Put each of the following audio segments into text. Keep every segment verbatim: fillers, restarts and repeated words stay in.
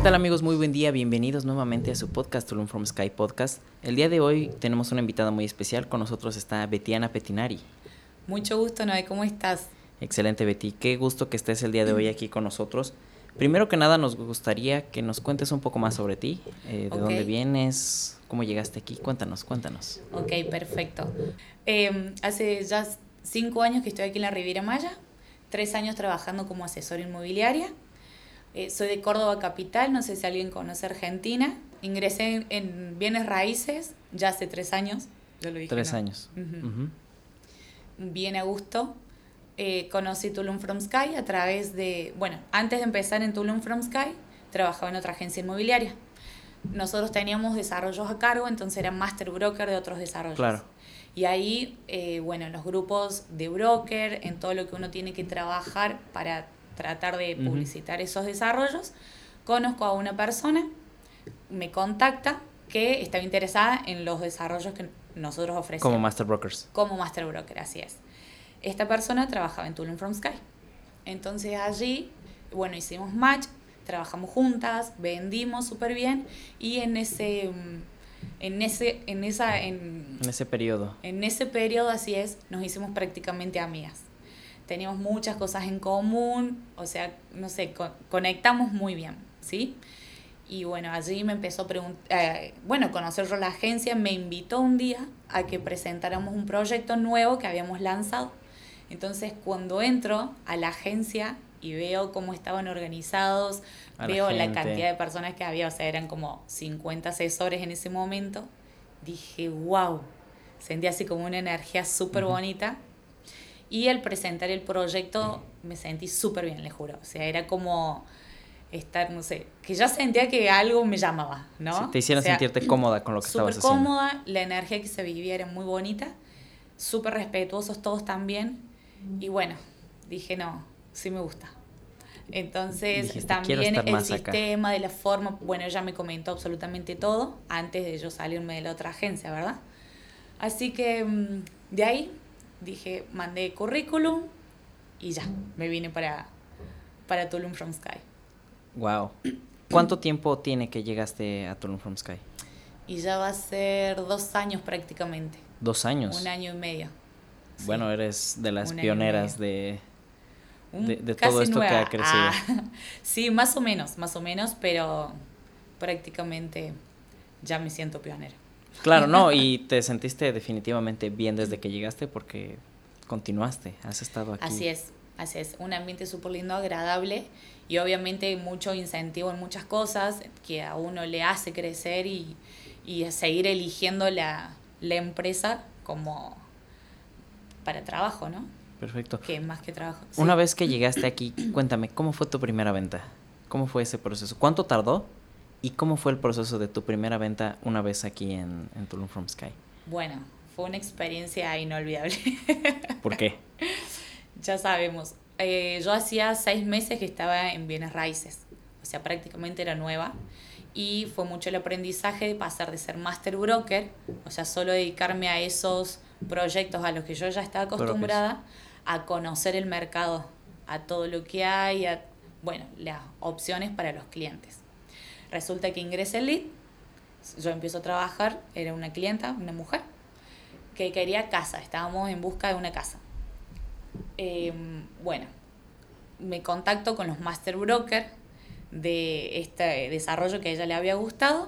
tal amigos? Muy buen día, bienvenidos nuevamente a su podcast Tulum from Sky Podcast. El día de hoy tenemos una invitada muy especial, con nosotros está Betiana Petinari. Mucho gusto, Noé, ¿cómo estás? Excelente, Betty, qué gusto que estés el día de hoy aquí con nosotros. Primero que nada nos gustaría que nos cuentes un poco más sobre ti, eh, de okay. dónde vienes, cómo llegaste aquí, cuéntanos, cuéntanos. Ok, perfecto. Eh, hace ya cinco años que estoy aquí en la Riviera Maya, tres años trabajando como asesora inmobiliaria. Eh, soy de Córdoba capital, no sé si alguien conoce Argentina. Ingresé en, en bienes raíces ya hace tres años. Yo lo dije, tres ¿no? años. Uh-huh. Uh-huh. Bien a gusto. Eh, conocí Tulum from Sky a través de... Bueno, antes de empezar en Tulum from Sky, trabajaba en otra agencia inmobiliaria. Nosotros teníamos desarrollos a cargo, entonces era master broker de otros desarrollos. Claro. Y ahí, eh, bueno, en los grupos de broker, en todo lo que uno tiene que trabajar para tratar de publicitar uh-huh. esos desarrollos, conozco a una persona, me contacta, que estaba interesada en los desarrollos que nosotros ofrecemos. Como master brokers. Como master broker, así es. Esta persona trabajaba en Tulum from Sky. Entonces allí, bueno, hicimos match, trabajamos juntas, vendimos súper bien y en ese, en ese, en esa, en, en ese periodo. En ese periodo, así es, nos hicimos prácticamente amigas. Teníamos muchas cosas en común, o sea, no sé, con, conectamos muy bien, ¿sí? Y bueno, allí me empezó a preguntar, eh, bueno, conocer yo la agencia, me invitó un día a que presentáramos un proyecto nuevo que habíamos lanzado. Entonces, cuando entro a la agencia y veo cómo estaban organizados, a veo la, la cantidad de personas que había, o sea, eran como cincuenta asesores en ese momento, dije, wow, sentí así como una energía súper uh-huh. bonita. Y al presentar el proyecto me sentí súper bien, les juro. O sea, era como estar, no sé, que ya sentía que algo me llamaba, ¿no? Sí, te hicieron o sea, sentirte cómoda con lo que estabas haciendo. Súper cómoda, la energía que se vivía era muy bonita, súper respetuosos todos también. Y bueno, dije, no, sí me gusta. Entonces, dijiste, también el sistema, acá. De la forma, bueno, ella me comentó absolutamente todo antes de yo salirme de la otra agencia, ¿verdad? Así que de ahí dije, mandé currículum y ya, me vine para, para Tulum from Sky. Wow. ¿Cuánto tiempo tiene que llegaste a Tulum from Sky? Y ya va a ser dos años prácticamente. ¿Dos años? Un año y medio. Sí. Bueno, eres de las pioneras de, de, de Casi todo esto nueva. que ha crecido. Ah, sí, más o menos, más o menos, pero prácticamente ya me siento pionera. Claro, no, y te sentiste definitivamente bien desde que llegaste porque continuaste, has estado aquí. Así es, así es, un ambiente súper lindo, agradable y obviamente mucho incentivo en muchas cosas que a uno le hace crecer y, y seguir eligiendo la, la empresa como para trabajo, ¿no? Perfecto. Que más que trabajo. Sí. Una vez que llegaste aquí, cuéntame, ¿cómo fue tu primera venta? ¿Cómo fue ese proceso? ¿Cuánto tardó? ¿Y cómo fue el proceso de tu primera venta una vez aquí en, en Tulum from Sky? Bueno, fue una experiencia inolvidable. ¿Por qué? Ya sabemos. Eh, yo hacía seis meses que estaba en bienes raíces. O sea, prácticamente era nueva. Y fue mucho el aprendizaje de pasar de ser master broker, o sea, solo dedicarme a esos proyectos a los que yo ya estaba acostumbrada, a conocer el mercado, a todo lo que hay, a, bueno, las opciones para los clientes. Resulta que ingresa el lead, yo empiezo a trabajar, era una clienta, una mujer, que quería casa, estábamos en busca de una casa. Eh, bueno, me contacto con los master broker de este desarrollo que a ella le había gustado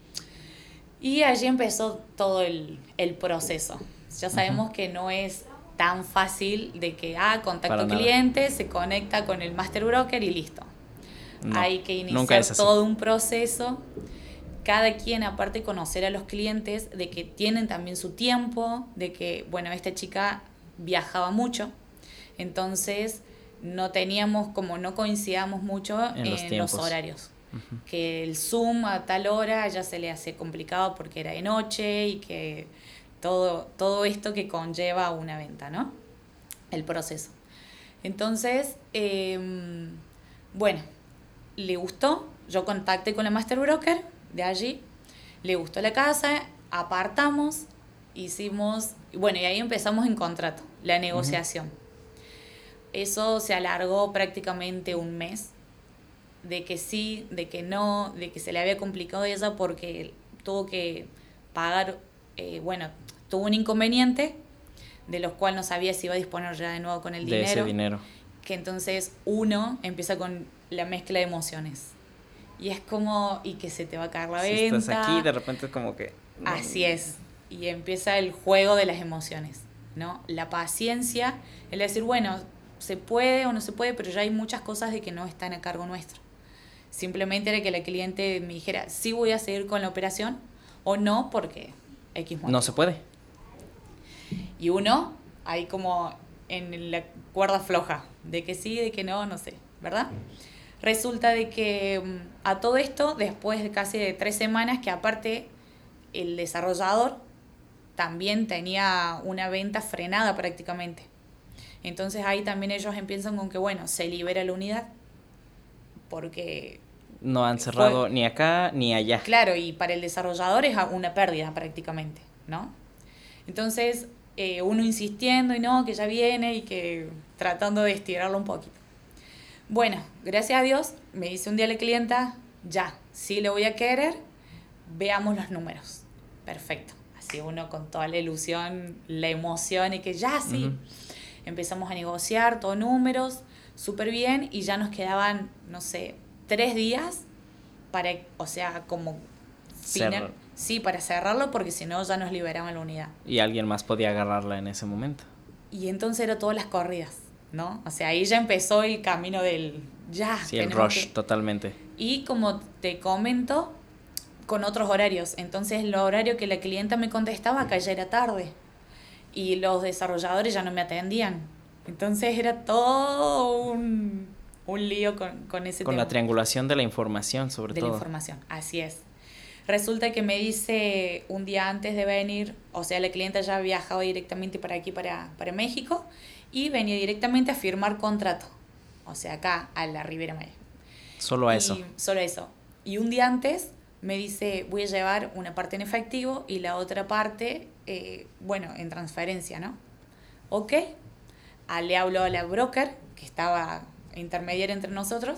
y allí empezó todo el, el proceso. Ya sabemos uh-huh. que no es tan fácil de que, ah, contacto cliente, se conecta con el master broker y listo. No, hay que iniciar todo un proceso. Cada quien, aparte, conocer a los clientes, de que tienen también su tiempo, de que, bueno, esta chica viajaba mucho, entonces no teníamos, como no coincidíamos mucho en, en los, los horarios. Uh-huh. Que el Zoom a tal hora ya se le hace complicado porque era de noche y que todo, todo esto que conlleva una venta, ¿no? El proceso. Entonces, eh, bueno, le gustó, yo contacté con la master broker de allí, le gustó la casa, apartamos, hicimos, bueno, y ahí empezamos en contrato, la negociación. Uh-huh. Eso se alargó prácticamente un mes, de que sí, de que no, de que se le había complicado a ella porque tuvo que pagar, eh, bueno, tuvo un inconveniente de los cuales no sabía si iba a disponer ya de nuevo con el de dinero. ese dinero. Que entonces uno empieza con la mezcla de emociones. Y es como, y que se te va a caer la si venta. Estás aquí, de repente es como que... No. Así es. Y empieza el juego de las emociones, ¿no? La paciencia, el decir, bueno, se puede o no se puede, pero ya hay muchas cosas de que no están a cargo nuestro. Simplemente era que la cliente me dijera, sí voy a seguir con la operación o no, porque X motivo. No se puede. Y uno, ahí como en la cuerda floja, de que sí, de que no, no sé, ¿verdad? Resulta de que a todo esto, después de casi de tres semanas, que aparte el desarrollador también tenía una venta frenada prácticamente. Entonces ahí también ellos empiezan con que, bueno, se libera la unidad, porque... No han cerrado fue, ni acá ni allá. Claro, y para el desarrollador es una pérdida prácticamente, ¿no? Entonces... Eh, uno insistiendo y no, que ya viene y que tratando de estirarlo un poquito. Bueno, gracias a Dios, me dice un día la clienta, ya, sí le voy a querer, veamos los números. Perfecto. Así uno con toda la ilusión, la emoción y que ya sí. Uh-huh. Empezamos a negociar, todos números, súper bien, y ya nos quedaban, no sé, tres días para, o sea, como final. Sí, para cerrarlo, porque si no ya nos liberaban la unidad. Y alguien más podía agarrarla en ese momento. Y entonces era todas las corridas, ¿no? O sea, ahí ya empezó el camino del ya. Sí, el rush, que... totalmente. Y como te comento, con otros horarios. Entonces, el horario que la clienta me contestaba, acá ya era tarde. Y los desarrolladores ya no me atendían. Entonces, era todo un, un lío con, con ese con tema. Con la triangulación de la información, sobre de todo. De la información, así es. Resulta que me dice un día antes de venir, o sea, la clienta ya viajaba directamente para aquí, para, para México, y venía directamente a firmar contrato. O sea, acá, a la Riviera Maya. Solo a y, eso. Solo eso. Y un día antes me dice, voy a llevar una parte en efectivo y la otra parte, eh, bueno, en transferencia, ¿no? Ok. Ah, le hablo a la broker, que estaba intermediaria entre nosotros,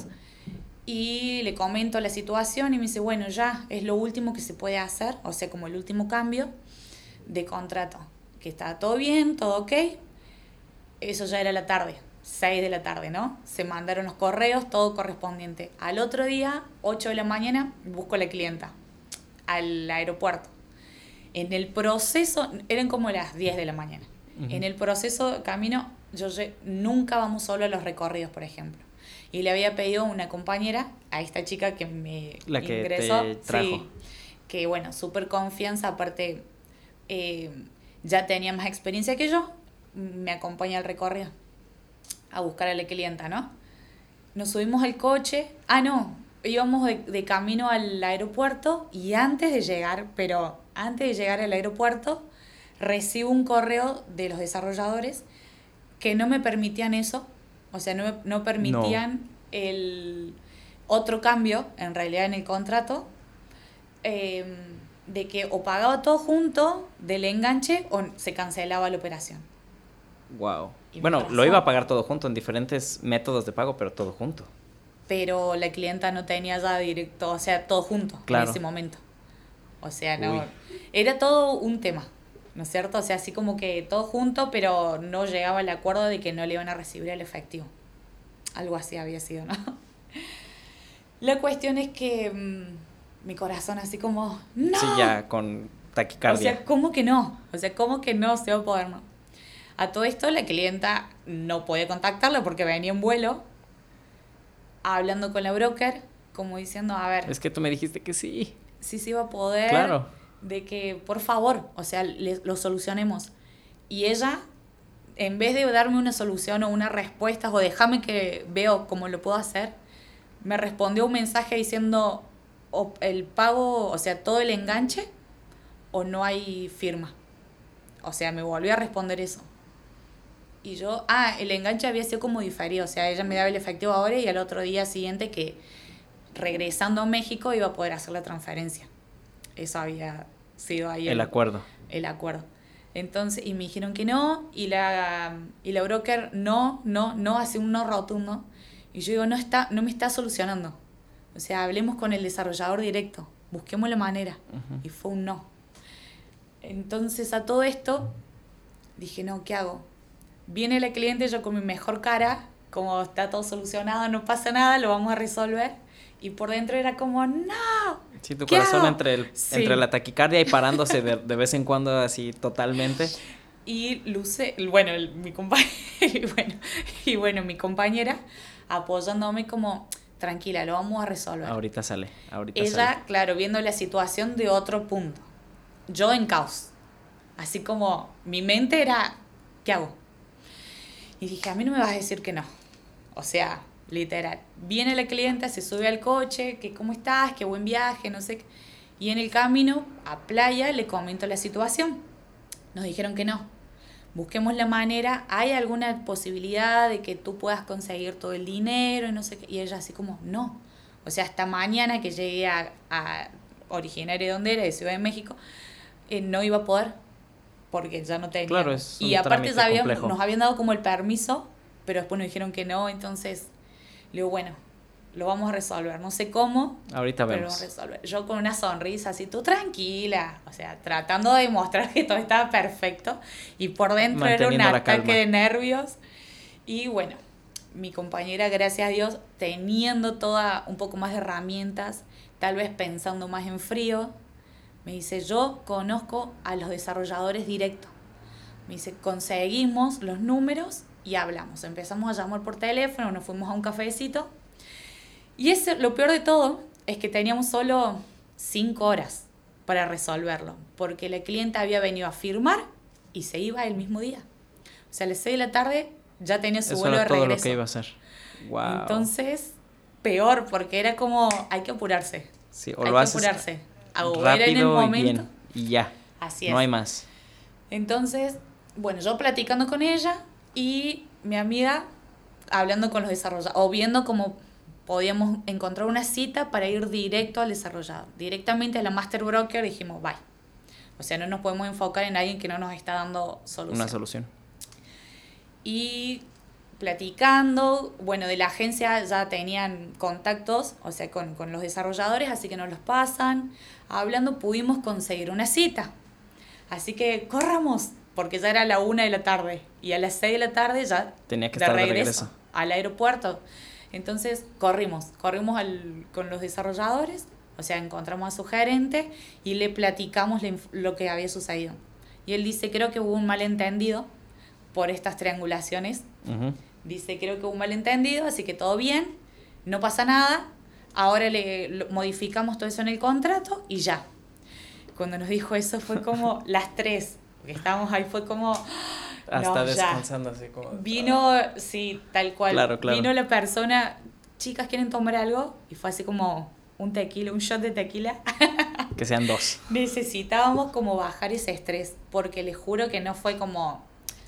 y le comento la situación y me dice, bueno, ya es lo último que se puede hacer, o sea, como el último cambio de contrato, que está todo bien, todo ok. Eso ya era la tarde, seis de la tarde, ¿no? Se mandaron los correos, todo correspondiente. Al otro día, ocho de la mañana, busco a la clienta al aeropuerto. En el proceso, eran como las diez de la mañana. Uh-huh. En el proceso de camino, yo nunca vamos solo a los recorridos, por ejemplo. Y le había pedido a una compañera, a esta chica que me la que ingresó, te trajo. Sí, que bueno, súper confianza, aparte eh, ya tenía más experiencia que yo, me acompaña al recorrido a buscar a la clienta, ¿no? Nos subimos al coche, ah no, íbamos de, de camino al aeropuerto y antes de llegar, pero antes de llegar al aeropuerto, recibo un correo de los desarrolladores que no me permitían eso. O sea, no, no permitían no. el otro cambio, en realidad, en el contrato, eh, de que o pagaba todo junto del enganche o se cancelaba la operación. Wow. Bueno, lo iba a pagar todo junto en diferentes métodos de pago, pero todo junto. Pero la clienta no tenía ya directo, o sea, todo junto claro. en ese momento. O sea, no. Uy. Era todo un tema. ¿No es cierto? O sea, así como que todo junto, pero no llegaba al acuerdo de que no le iban a recibir el efectivo. Algo así había sido, ¿no? La cuestión es que mmm, mi corazón así como, ¡no! Sí, ya con taquicardia. O sea, ¿cómo que no? O sea, ¿cómo que no se va a poder, no? A todo esto la clienta no podía contactarlo porque venía en vuelo, hablando con la broker, como diciendo, a ver... Es que tú me dijiste que sí. Sí, sí iba a poder... Claro. De que, por favor, o sea, le, lo solucionemos. Y ella, en vez de darme una solución o una respuesta o déjame que veo cómo lo puedo hacer, me respondió un mensaje diciendo o el pago, o sea, todo el enganche o no hay firma. O sea, me volvió a responder eso. Y yo, ah, el enganche había sido como diferido, o sea, ella me daba el efectivo ahora y al otro día siguiente que regresando a México iba a poder hacer la transferencia. Eso había sido ahí. El, el acuerdo. El acuerdo. Entonces, y me dijeron que no, y la, y la broker no, no, no, hace un no rotundo. Y yo digo, no, está, no me está solucionando. O sea, hablemos con el desarrollador directo, busquemos la manera. Ujú. Y fue un no. Entonces a todo esto dije, no, ¿qué hago? Viene la cliente, yo con mi mejor cara, como está todo solucionado, no pasa nada, lo vamos a resolver. Y por dentro era como, no. Sí, tu ¿qué corazón hago? entre, el, Sí. entre la taquicardia y parándose de, de vez en cuando así totalmente. Y Luce, bueno, el- mi compañera, y bueno, y bueno, mi compañera apoyándome como, tranquila, lo vamos a resolver. Ahorita sale, ahorita Ella, sale. claro, viendo la situación de otro punto. Yo en caos. Así como mi mente era, ¿qué hago? Y dije, a mí no me vas a decir que no. O sea, literal. Viene la clienta, se sube al coche, que cómo estás, qué buen viaje, no sé qué. Y en el camino a playa le comento la situación. Nos dijeron que no. Busquemos la manera, ¿hay alguna posibilidad de que tú puedas conseguir todo el dinero y no sé qué? Y ella así como, no. O sea, hasta mañana que llegué a, a originaria de donde era, de Ciudad de México, eh, no iba a poder porque ya no tenía. Claro, es un y aparte trámite ya habían- complejo. nos habían dado como el permiso, pero después nos dijeron que no, entonces le digo, bueno, lo vamos a resolver. No sé cómo, Ahorita pero lo vemos. vamos a resolver. Yo con una sonrisa así, tú tranquila, o sea, tratando de demostrar que todo estaba perfecto y por dentro era un Manteniendo la ataque calma. de nervios. Y bueno, mi compañera, gracias a Dios, teniendo toda un poco más de herramientas, tal vez pensando más en frío, me dice, yo conozco a los desarrolladores directos. Me dice, conseguimos los números y hablamos. Empezamos a llamar por teléfono, nos fuimos a un cafecito. Y ese, lo peor de todo es que teníamos solo cinco horas para resolverlo, porque la clienta había venido a firmar y se iba el mismo día. O sea, a las seis de la tarde ya tenía su Eso vuelo era de todo regreso. lo que iba a hacer. Wow. Entonces, peor, porque era como, hay que apurarse. Sí, o hay lo que haces apurarse. O era en el rápido y momento. bien. Y ya. Así es. No hay más. Entonces, bueno, yo platicando con ella y mi amiga hablando con los desarrolladores, o viendo cómo podíamos encontrar una cita para ir directo al desarrollador. Directamente a la Master Broker dijimos, bye. O sea, no nos podemos enfocar en alguien que no nos está dando solución. Una solución. Y platicando, bueno, de la agencia ya tenían contactos, o sea, con, con los desarrolladores, así que nos los pasan. Hablando pudimos conseguir una cita. Así que corramos, porque ya era la una de la tarde. Y a las seis de la tarde ya Tenía que estar de regreso al aeropuerto. Entonces corrimos, corrimos al, con los desarrolladores, o sea, encontramos a su gerente y le platicamos le, lo que había sucedido. Y él dice, creo que hubo un malentendido por estas triangulaciones. Uh-huh. Dice, creo que hubo un malentendido, así que todo bien, no pasa nada. Ahora le lo, modificamos todo eso en el contrato y ya. Cuando nos dijo eso fue como las tres, porque estábamos ahí, fue como... Hasta no, descansando así como... Vino, sí, tal cual. Claro, claro. Vino la persona, chicas, ¿quieren tomar algo? Y fue así como un tequila, un shot de tequila. Que sean dos. Necesitábamos como bajar ese estrés, porque les juro que no fue como,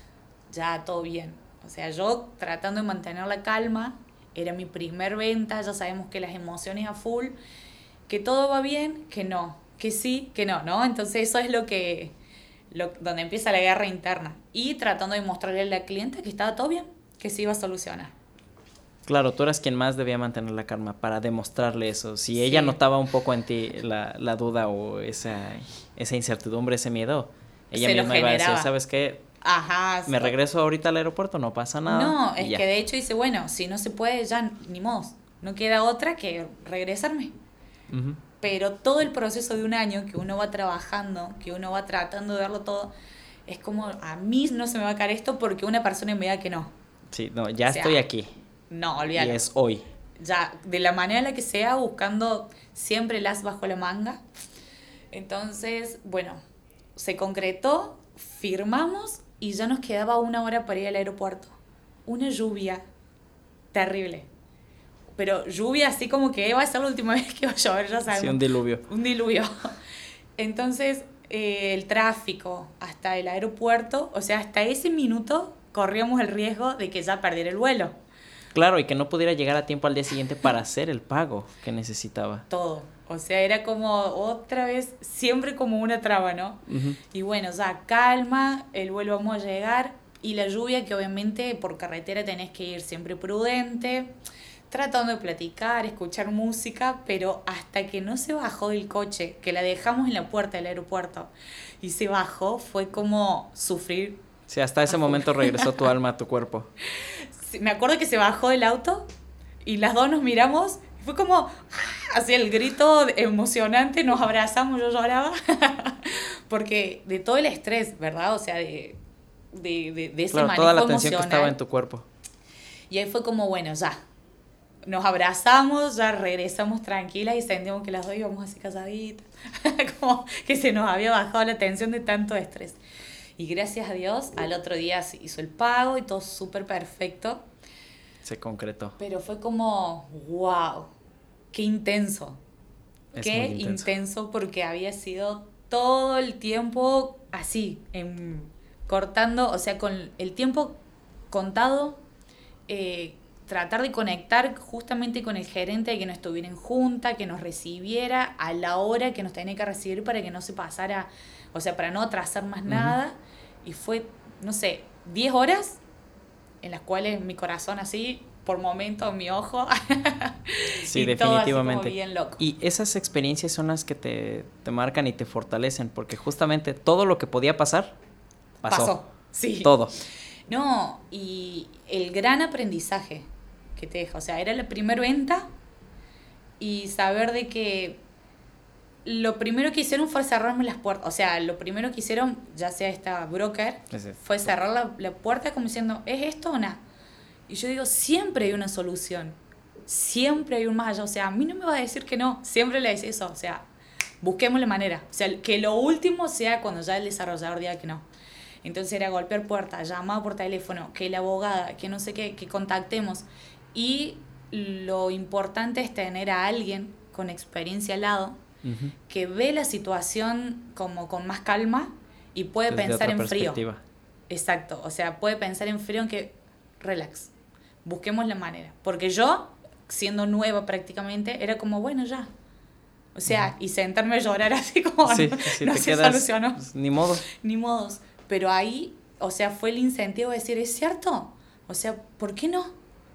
ya, todo bien. O sea, yo tratando de mantener la calma, era mi primer venta, ya sabemos que las emociones a full, que todo va bien, que no, que sí, que no, ¿no? Entonces eso es lo que... Lo, donde empieza la guerra interna y tratando de mostrarle a la cliente que estaba todo bien, que se iba a solucionar. Claro, tú eras quien más debía mantener la calma para demostrarle eso. Si Sí. ella notaba un poco en ti la, la duda o esa, esa incertidumbre, ese miedo, ella Se lo misma iba a decir, generaba. ¿sabes qué? Ajá. Me regreso ahorita al aeropuerto, no pasa nada. No, y es ya. que de hecho dice, bueno, si no se puede, ya ni modo. No queda otra que regresarme. Uh-huh. Pero todo el proceso de un año que uno va trabajando, que uno va tratando de verlo todo, es como, a mí no se me va a caer esto porque una persona me diga que no. Sí, no, ya O sea, estoy aquí. No, Y olvídalo. es hoy. Ya, de la manera en la que sea, buscando siempre el as bajo la manga. Entonces, bueno, se concretó, firmamos y ya nos quedaba una hora para ir al aeropuerto. Una lluvia terrible. Pero lluvia así como que va a ser la última vez que va a llover, ya sabemos. Sí, un diluvio. Un diluvio. Entonces, eh, el tráfico hasta el aeropuerto, o sea, hasta ese minuto corríamos el riesgo de que ya perdiera el vuelo. Claro, y que no pudiera llegar a tiempo al día siguiente para hacer el pago que necesitaba. Todo. O sea, era como otra vez, siempre como una traba, ¿no? Uh-huh. Y bueno, ya calma, el vuelo vamos a llegar y la lluvia que obviamente por carretera tenés que ir siempre prudente. tratando de platicar, escuchar música, pero hasta que no se bajó del coche, que la dejamos en la puerta del aeropuerto y se bajó, fue como sufrir. Sí, hasta ese momento regresó tu alma a tu cuerpo. Sí, me acuerdo que se bajó del auto y las dos nos miramos, y fue como así el grito emocionante, nos abrazamos, yo lloraba, porque de todo el estrés, ¿verdad? O sea, de, de, de, de ese claro, manejo toda la tensión emocional. que estaba en tu cuerpo. Y ahí fue como, bueno, ya. Nos abrazamos, ya regresamos tranquilas y sentimos que las dos íbamos así calladitas. Como que se nos había bajado la tensión de tanto estrés. Y gracias a Dios, al otro día se hizo el pago y todo súper perfecto. Se concretó. Pero fue como, wow, qué intenso. Es qué muy intenso. intenso porque había sido todo el tiempo así, en, cortando, o sea, con el tiempo contado, eh, tratar de conectar justamente con el gerente, de que no estuviera en junta, que nos recibiera a la hora que nos tenía que recibir para que no se pasara, o sea, para no atrasar más uh-huh. nada. Y fue, no sé, diez horas en las cuales mi corazón así, por momentos, mi ojo. Sí, y definitivamente. Todo así como bien loco. Y esas experiencias son las que te, te marcan y te fortalecen, porque justamente todo lo que podía pasar, pasó. Pasó, sí. Todo. No, y el gran aprendizaje que te deja, o sea, era la primera venta y saber de que lo primero que hicieron fue cerrarme las puertas, o sea, lo primero que hicieron, ya sea esta broker, Ese. fue cerrar la, la puerta como diciendo, ¿es esto o nada? Y yo digo, siempre hay una solución, siempre hay un más allá, o sea, a mí no me va a decir que no, siempre le dice eso, o sea, busquemos la manera, o sea, que lo último sea cuando ya el desarrollador diga que no. Entonces era golpear puertas, llamar por teléfono, que la abogada, que no sé qué, que contactemos. Y lo importante es tener a alguien con experiencia al lado, uh-huh. que ve la situación como con más calma y puede Desde pensar otra en frío. perspectiva. Exacto, o sea, puede pensar en frío en que relax, busquemos la manera. Porque yo, siendo nueva prácticamente, era como, bueno, ya. O sea, uh-huh. y sentarme a llorar así como sí, no, sí, no te se quedas, solucionó. Pues, ni modo. Ni modos. Pero ahí, o sea, fue el incentivo de decir, ¿es cierto? O sea, ¿por qué no?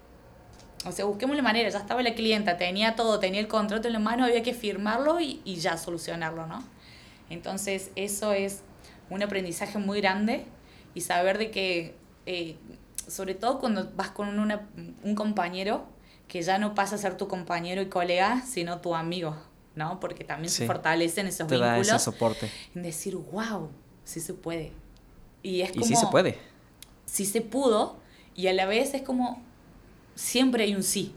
O sea, busquemos la manera, ya estaba la clienta, tenía todo, tenía el contrato en la mano, había que firmarlo y, y ya solucionarlo, ¿no? Entonces, eso es un aprendizaje muy grande y saber de que, eh, sobre todo cuando vas con una, un compañero, que ya no pasa a ser tu compañero y colega, sino tu amigo, ¿no? Porque también sí. se fortalecen esos Te vínculos. Da ese soporte. En decir, wow, sí se puede. Y es como... Y sí se puede. Sí se pudo, y a la vez es como... Siempre hay un sí.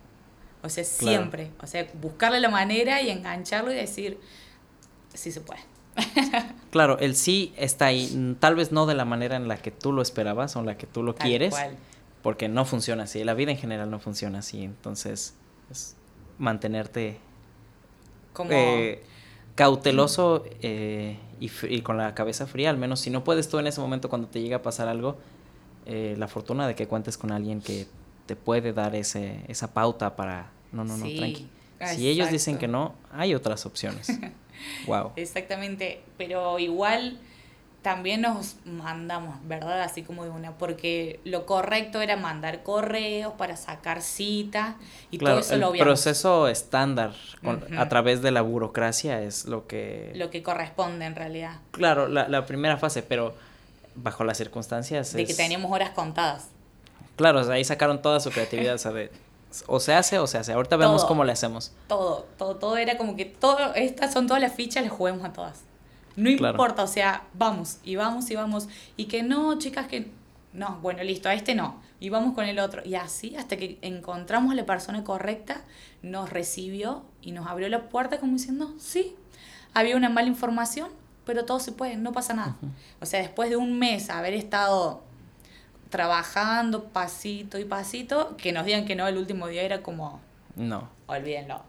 O sea, siempre. Claro. O sea, buscarle la manera y engancharlo y decir, sí se puede. Claro, el sí está ahí. Tal vez no de la manera en la que tú lo esperabas o en la que tú lo Tal quieres. Cual. Porque no funciona así. La vida en general no funciona así. Entonces, es mantenerte... Como... Eh, cauteloso eh, y, f- y con la cabeza fría, al menos si no puedes tú en ese momento cuando te llega a pasar algo, eh, la fortuna de que cuentes con alguien que te puede dar ese esa pauta para, no, no, no, sí, tranqui. exacto. Si ellos dicen que no, hay otras opciones. Wow. Exactamente, pero igual también nos mandamos, ¿verdad? Así como de una, porque lo correcto era mandar correos para sacar cita y claro, todo eso el lo obviamos. proceso estándar con, uh-huh. a través de la burocracia es lo que... Lo que corresponde en realidad. Claro, la, la primera fase, pero bajo las circunstancias De es... que teníamos horas contadas. Claro, o sea, ahí sacaron toda su creatividad, o sea, de, o se hace o se hace. Ahorita vemos todo, cómo le hacemos. Todo, todo, todo era como que todo, estas son todas las fichas, las juguemos a todas. No claro. importa, o sea, vamos, y vamos, y vamos. Y que no, chicas, que no, bueno, listo, a este no. Y vamos con el otro. Y así, hasta que encontramos a la persona correcta, nos recibió y nos abrió la puerta como diciendo, sí, había una mala información, pero todo se puede, no pasa nada. Uh-huh. O sea, después de un mes haber estado trabajando pasito y pasito, que nos digan que no el último día era como... No. Olvídenlo.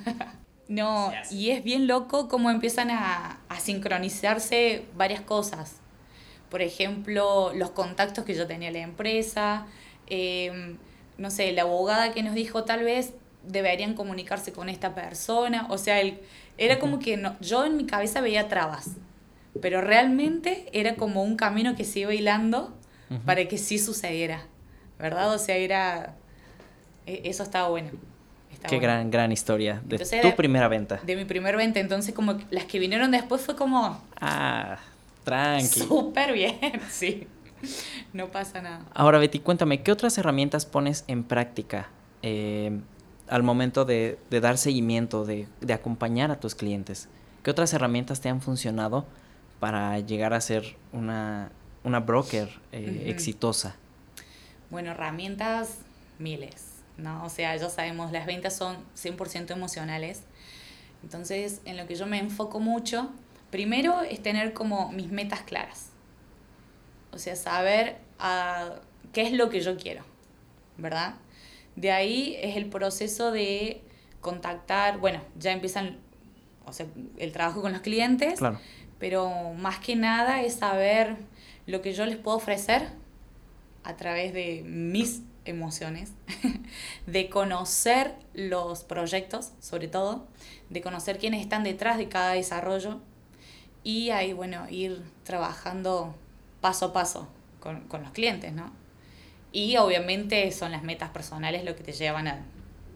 No, y es bien loco cómo empiezan a, a sincronizarse varias cosas. Por ejemplo, los contactos que yo tenía en la empresa, eh, no sé, la abogada que nos dijo tal vez deberían comunicarse con esta persona. O sea, el, era como que no, yo en mi cabeza veía trabas, pero realmente era como un camino que se iba hilando uh-huh. para que sí sucediera, ¿verdad? O sea, era... E- Eso estaba bueno. Está Qué bueno. gran, gran historia de Entonces, tu de- primera venta. De mi primer venta, entonces como que las que vinieron después fue como Ah, tranqui. súper bien, sí. No pasa nada. Ahora, Betty, cuéntame, ¿qué otras herramientas pones en práctica eh, al momento de, de dar seguimiento, de, de acompañar a tus clientes? ¿Qué otras herramientas te han funcionado para llegar a ser una, una broker eh, Ujú. exitosa? Bueno, herramientas miles, ¿no? O sea, ya sabemos, las ventas son cien por ciento emocionales. Entonces, en lo que yo me enfoco mucho, primero es tener como mis metas claras. O sea, saber ah, qué es lo que yo quiero, ¿verdad? De ahí es el proceso de contactar, bueno, ya empiezan, o sea, el trabajo con los clientes, Claro. pero más que nada es saber lo que yo les puedo ofrecer a través de mis emociones, de conocer los proyectos, sobre todo, de conocer quiénes están detrás de cada desarrollo y ahí, bueno, ir trabajando paso a paso con, con los clientes, ¿no? Y obviamente son las metas personales lo que te llevan a,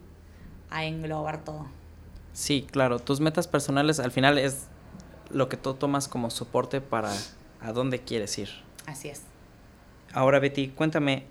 a englobar todo. Sí, claro. Tus metas personales al final es lo que tú tomas como soporte para a dónde quieres ir. Así es. Ahora, Betty, cuéntame,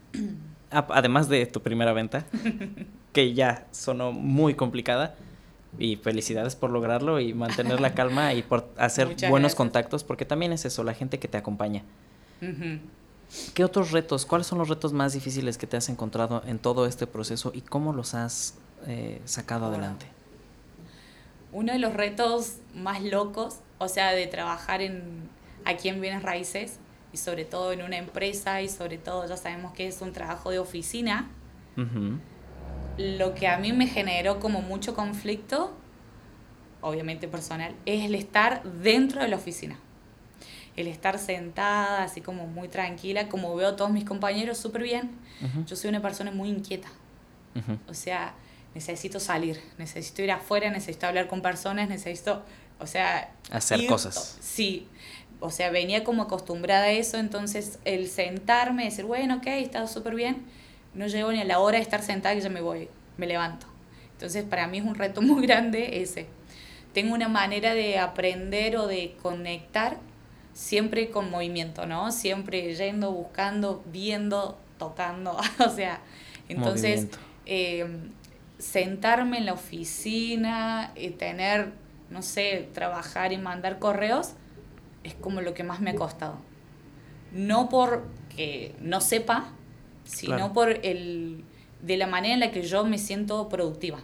a- además de tu primera venta, que ya sonó muy complicada, y felicidades por lograrlo y mantener la calma y por hacer Muchas buenos gracias. contactos, porque también es eso, la gente que te acompaña. Ujú. ¿Qué otros retos, cuáles son los retos más difíciles que te has encontrado en todo este proceso y cómo los has eh, sacado Wow. adelante? Uno de los retos más locos, o sea, de trabajar en, aquí en Bienes Raíces y sobre todo en una empresa y sobre todo ya sabemos que es un trabajo de oficina, Ujú. lo que a mí me generó como mucho conflicto, obviamente personal, es el estar dentro de la oficina. El estar sentada, así como muy tranquila, como veo a todos mis compañeros súper bien. Ujú. Yo soy una persona muy inquieta. Ujú. O sea, necesito salir, necesito ir afuera, necesito hablar con personas, necesito, o sea... Hacer ir- cosas. Sí, o sea, venía como acostumbrada a eso, entonces el sentarme, decir, bueno, ok, está súper bien, no llego ni a la hora de estar sentada que ya me voy, me levanto. Entonces para mí es un reto muy grande ese. Tengo una manera de aprender o de conectar siempre con movimiento, ¿no? Siempre yendo, buscando, viendo, tocando, o sea, entonces... Movimiento. Eh, sentarme en la oficina y tener, no sé, trabajar y mandar correos, es como lo que más me ha costado. No porque no sepa, sino Claro. por el de la manera en la que yo me siento productiva.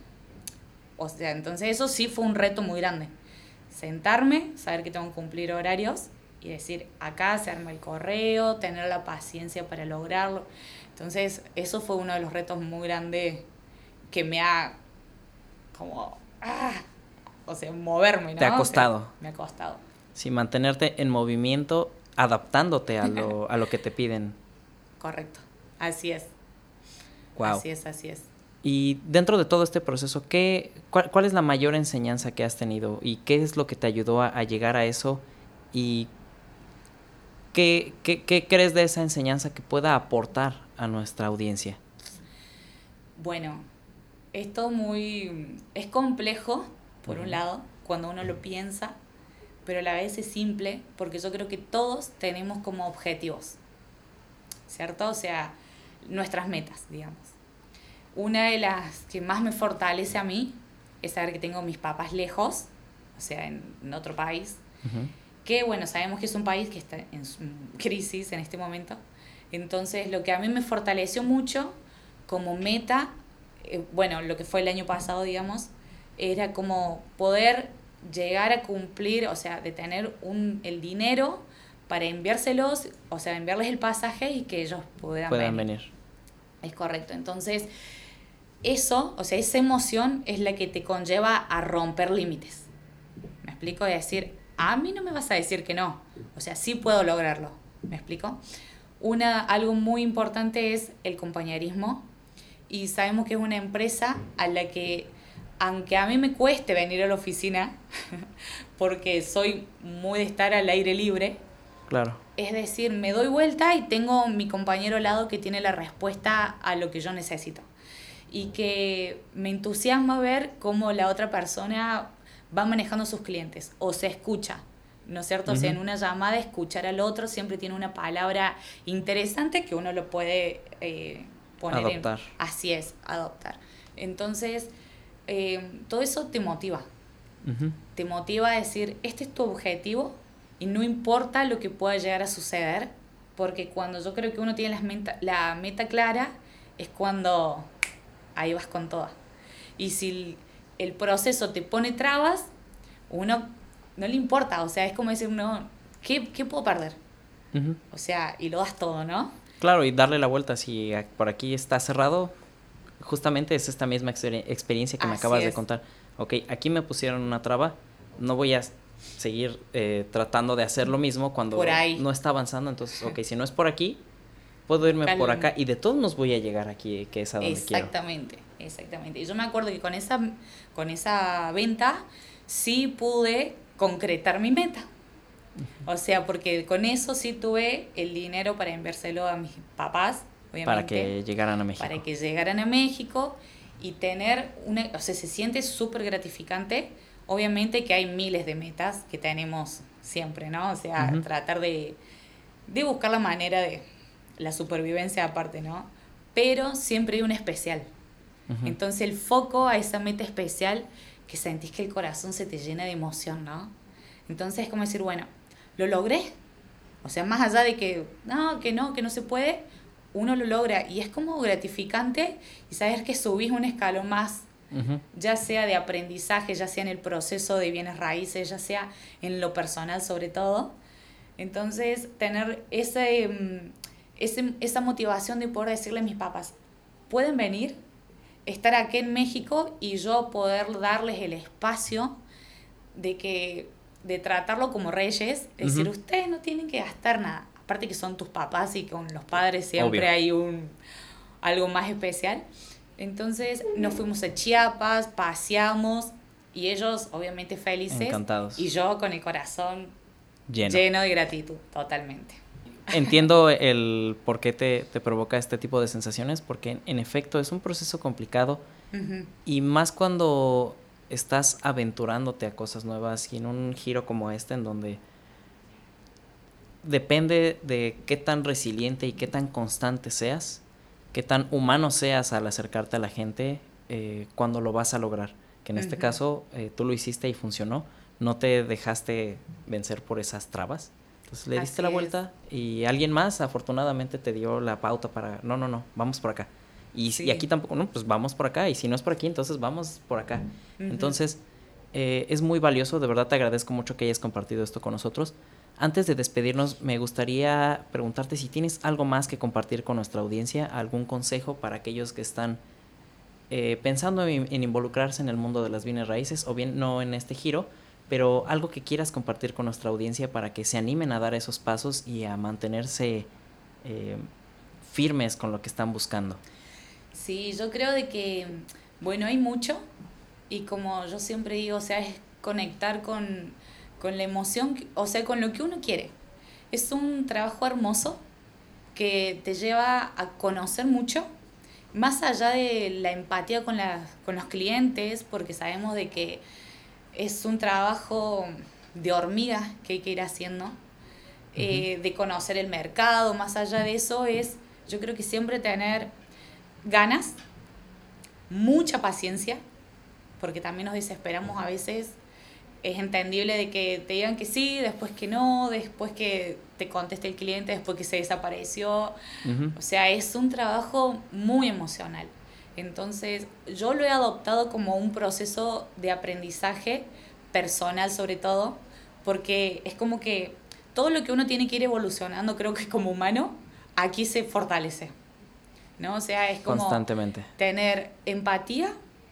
O sea, entonces eso sí fue un reto muy grande. Sentarme, saber que tengo que cumplir horarios y decir, acá se arma el correo, tener la paciencia para lograrlo. Entonces, eso fue uno de los retos muy grandes que me ha como, ah, o sea, moverme, ¿no? Te ha O sea, costado. me ha costado. Sí, mantenerte en movimiento, adaptándote a lo, a lo que te piden. Correcto. Así es. Wow. Así es, así es. Y dentro de todo este proceso, ¿qué, cuál, cuál es la mayor enseñanza que has tenido? ¿Y qué es lo que te ayudó a, a llegar a eso? ¿Y qué, qué, qué crees de esa enseñanza que pueda aportar a nuestra audiencia? Bueno, esto muy es complejo, por Ujú. un lado, cuando uno lo piensa, pero a la vez es simple, porque yo creo que todos tenemos como objetivos, ¿cierto? O sea, nuestras metas, digamos. Una de las que más me fortalece a mí es saber que tengo a mis papás lejos, o sea, en, en otro país, Ujú. que bueno, sabemos que es un país que está en su crisis en este momento. Entonces, lo que a mí me fortaleció mucho como meta, eh, bueno, lo que fue el año pasado, digamos, era como poder llegar a cumplir, o sea, de tener un, el dinero para enviárselos, o sea, enviarles el pasaje y que ellos puedan, Puedan venir. venir. Es correcto. Entonces, eso, o sea, esa emoción es la que te conlleva a romper límites. ¿Me explico? Y decir, a mí no me vas a decir que no. O sea, sí puedo lograrlo. ¿Me explico? Una, algo muy importante es el compañerismo. Y sabemos que es una empresa a la que, aunque a mí me cueste venir a la oficina, porque soy muy de estar al aire libre, Claro. es decir, me doy vuelta y tengo mi compañero al lado que tiene la respuesta a lo que yo necesito. y que me entusiasma ver cómo la otra persona va manejando sus clientes o se escucha, ¿no es cierto? Uh-huh. O sea, en una llamada escuchar al otro siempre tiene una palabra interesante que uno lo puede eh, poner adoptar. En, así es, adoptar. Entonces, eh, todo eso te motiva. Uh-huh. Te motiva a decir, este es tu objetivo y no importa lo que pueda llegar a suceder, porque cuando yo creo que uno tiene las meta, la meta clara, es cuando ahí vas con toda. Y si el proceso te pone trabas, uno no le importa, o sea, es como decir, no, ¿qué, qué puedo perder? Uh-huh. O sea, y lo das todo, ¿no? Claro, y darle la vuelta, si por aquí está cerrado, justamente es esta misma exper- experiencia que Así me acabas es. de contar. Ok, aquí me pusieron una traba, no voy a seguir eh, tratando de hacer lo mismo cuando no está avanzando, entonces, ok, si no es por aquí, puedo irme Calma. por acá y de todos modos voy a llegar aquí, que es a donde exactamente, quiero. Exactamente, exactamente. Y yo me acuerdo que con esa, con esa venta sí pude concretar mi meta. Uh-huh. O sea, porque con eso sí tuve el dinero para enviárselo a mis papás, obviamente. Para que llegaran a México. Para que llegaran a México y tener una... O sea, se siente súper gratificante. Obviamente que hay miles de metas que tenemos siempre, ¿no? O sea, uh-huh. tratar de, de buscar la manera de... La supervivencia aparte, ¿no? Pero siempre hay una especial. Uh-huh. Entonces el foco a esa meta especial, que sentís que el corazón se te llena de emoción, ¿no? Entonces es como decir, bueno, lo logré. O sea, más allá de que no, que no, que no se puede, uno lo logra. Y es como gratificante y saber que subís un escalón más, uh-huh. ya sea de aprendizaje, ya sea en el proceso de bienes raíces, ya sea en lo personal sobre todo. Entonces, tener ese... Ese, esa motivación de poder decirle a mis papás, pueden venir, estar aquí en México y yo poder darles el espacio de que de tratarlo como reyes, es uh-huh. decir, ustedes no tienen que gastar nada, aparte que son tus papás y con los padres siempre Obvio. hay un algo más especial. Entonces nos fuimos a Chiapas, paseamos y ellos obviamente felices. Encantados. Y yo con el corazón lleno, lleno de gratitud, totalmente. Entiendo el por qué te, te provoca este tipo de sensaciones, porque en efecto es un proceso complicado uh-huh. y más cuando estás aventurándote a cosas nuevas y en un giro como este en donde depende de qué tan resiliente y qué tan constante seas, qué tan humano seas al acercarte a la gente eh, cuando lo vas a lograr, que en uh-huh. este caso eh, tú lo hiciste y funcionó, no te dejaste vencer por esas trabas. Entonces le diste Así la vuelta es. Y alguien más afortunadamente te dio la pauta para, no, no, no, vamos por acá. Y, sí. y aquí tampoco, no, pues vamos por acá. Y si no es por aquí, entonces vamos por acá. Uh-huh. Entonces eh, es muy valioso, de verdad te agradezco mucho que hayas compartido esto con nosotros. Antes de despedirnos, me gustaría preguntarte si tienes algo más que compartir con nuestra audiencia, algún consejo para aquellos que están eh, pensando en, en involucrarse en el mundo de las bienes raíces o bien no en este giro, pero algo que quieras compartir con nuestra audiencia para que se animen a dar esos pasos y a mantenerse eh, firmes con lo que están buscando. Sí, yo creo de que, bueno, hay mucho y como yo siempre digo, o sea, es conectar con, con la emoción, o sea, con lo que uno quiere. Es un trabajo hermoso que te lleva a conocer mucho, más allá de la empatía con, la, con los clientes, porque sabemos de que es un trabajo de hormiga que hay que ir haciendo, uh-huh. eh, de conocer el mercado. Más allá de eso es, yo creo que siempre tener ganas, mucha paciencia, porque también nos desesperamos a veces. Es entendible de que te digan que sí, después que no, después que te conteste el cliente, después que se desapareció. Uh-huh. O sea, es un trabajo muy emocional. Entonces, yo lo he adoptado como un proceso de aprendizaje personal sobre todo, porque es como que todo lo que uno tiene que ir evolucionando, creo que como humano, aquí se fortalece, ¿no? O sea, es como constantemente tener empatía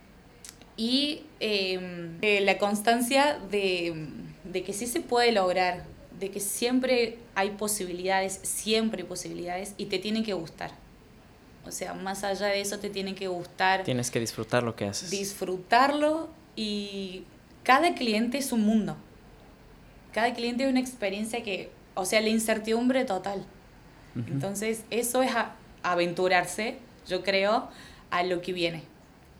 y eh, la constancia de, de que sí se puede lograr, de que siempre hay posibilidades, siempre hay posibilidades y te tienen que gustar. O sea, más allá de eso te tiene que gustar. Tienes que disfrutar lo que haces. Disfrutarlo y cada cliente es un mundo. Cada cliente es una experiencia que, o sea, la incertidumbre total. Uh-huh. Entonces, eso es a, aventurarse, yo creo, a lo que viene.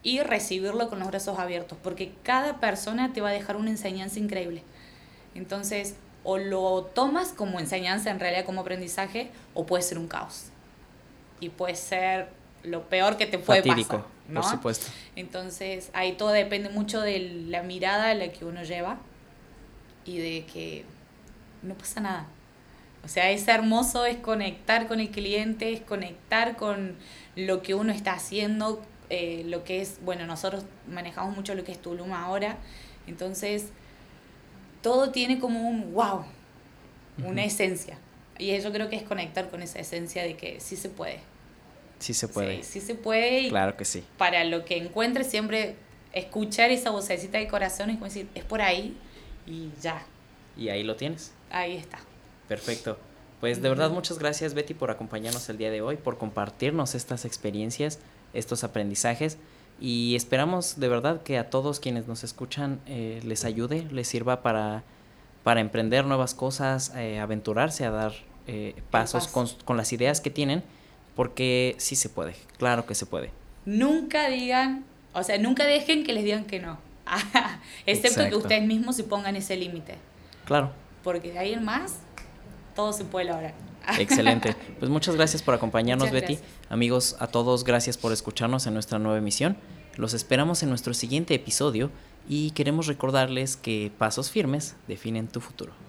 y recibirlo con los brazos abiertos, porque cada persona te va a dejar una enseñanza increíble. Entonces, o lo tomas como enseñanza, en realidad como aprendizaje, o puede ser un caos. Y puede ser lo peor que te puede fatídico, pasar, ¿no? por supuesto. Entonces, ahí todo depende mucho de la mirada a la que uno lleva y de que no pasa nada. O sea, es hermoso, es conectar con el cliente, es conectar con lo que uno está haciendo, eh, lo que es, bueno, nosotros manejamos mucho lo que es Tulum ahora, entonces todo tiene como un wow, una uh-huh. esencia. Y yo creo que es conectar con esa esencia de que sí se puede. Sí se puede. Sí, sí se puede. Y claro que sí. para lo que encuentres siempre escuchar esa vocecita del corazón y como decir, es por ahí y ya. Y ahí lo tienes. Ahí está. Perfecto. Pues de verdad muchas gracias, Betty, por acompañarnos el día de hoy, por compartirnos estas experiencias, estos aprendizajes, y esperamos de verdad que a todos quienes nos escuchan eh, les ayude, les sirva para, para emprender nuevas cosas, eh, aventurarse a dar eh, pasos con, con las ideas que tienen, porque sí se puede, claro que se puede. Nunca digan, o sea, nunca dejen que les digan que no, excepto Exacto. que ustedes mismos se pongan ese límite. Claro. Porque de ahí en más, todo se puede lograr. Excelente. Pues muchas gracias por acompañarnos, muchas Betty. Gracias. Amigos, a todos, gracias por escucharnos en nuestra nueva emisión. Los esperamos en nuestro siguiente episodio y queremos recordarles que pasos firmes definen tu futuro.